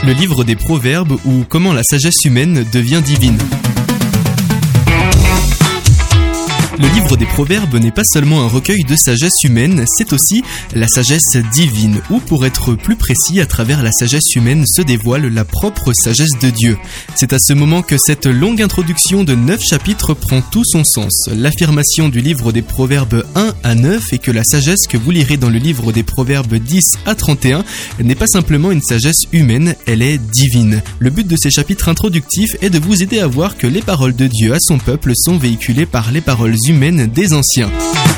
le livre des Proverbes ou comment la sagesse humaine devient divine. Le livre des Proverbes n'est pas seulement un recueil de sagesse humaine, c'est aussi la sagesse divine, ou pour être plus précis, à travers la sagesse humaine se dévoile la propre sagesse de Dieu. C'est à ce moment que cette longue introduction de 9 chapitres prend tout son sens. L'affirmation du livre des Proverbes 1 à 9 est que la sagesse que vous lirez dans le livre des Proverbes 10 à 31 n'est pas simplement une sagesse humaine, elle est divine. Le but de ces chapitres introductifs est de vous aider à voir que les paroles de Dieu à son peuple sont véhiculées par les paroles humaine des anciens.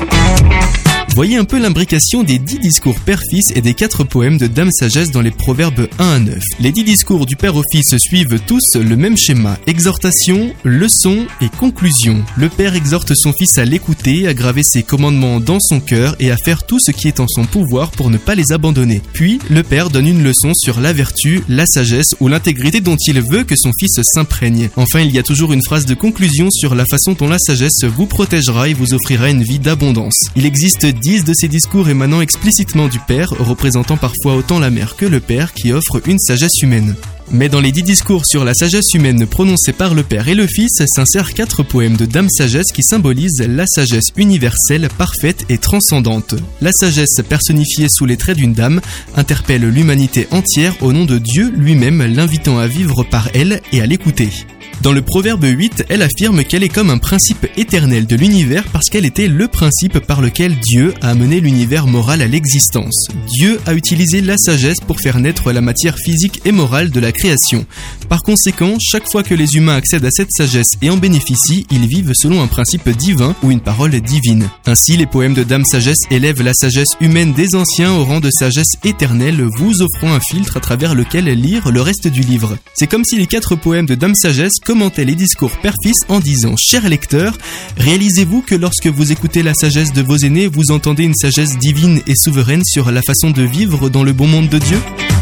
Voyez un peu l'imbrication des 10 discours père-fils et des 4 poèmes de Dame Sagesse dans les Proverbes 1 à 9. Les 10 discours du père au fils suivent tous le même schéma: exhortation, leçon et conclusion. Le père exhorte son fils à l'écouter, à graver ses commandements dans son cœur et à faire tout ce qui est en son pouvoir pour ne pas les abandonner. Puis, le père donne une leçon sur la vertu, la sagesse ou l'intégrité dont il veut que son fils s'imprègne. Enfin, il y a toujours une phrase de conclusion sur la façon dont la sagesse vous protégera et vous offrira une vie d'abondance. Il existe 10 de ces discours émanant explicitement du Père, représentant parfois autant la mère que le Père, qui offre une sagesse humaine. Mais dans les 10 discours sur la sagesse humaine prononcés par le Père et le Fils s'insèrent 4 poèmes de Dame Sagesse qui symbolisent la sagesse universelle, parfaite et transcendante. La sagesse, personnifiée sous les traits d'une dame, interpelle l'humanité entière au nom de Dieu lui-même, l'invitant à vivre par elle et à l'écouter. Dans le Proverbe 8, elle affirme qu'elle est comme un principe éternel de l'univers parce qu'elle était le principe par lequel Dieu a amené l'univers moral à l'existence. Dieu a utilisé la sagesse pour faire naître la matière physique et morale de la création. Par conséquent, chaque fois que les humains accèdent à cette sagesse et en bénéficient, ils vivent selon un principe divin ou une parole divine. Ainsi, les poèmes de Dame Sagesse élèvent la sagesse humaine des anciens au rang de sagesse éternelle, vous offrant un filtre à travers lequel lire le reste du livre. C'est comme si les 4 poèmes de Dame Sagesse commentait les discours père-fils en disant: cher lecteur, réalisez-vous que lorsque vous écoutez la sagesse de vos aînés, vous entendez une sagesse divine et souveraine sur la façon de vivre dans le bon monde de Dieu?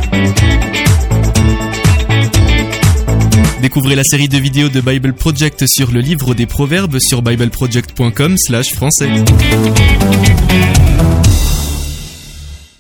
Découvrez la série de vidéos de Bible Project sur le livre des Proverbes sur bibleproject.com/français.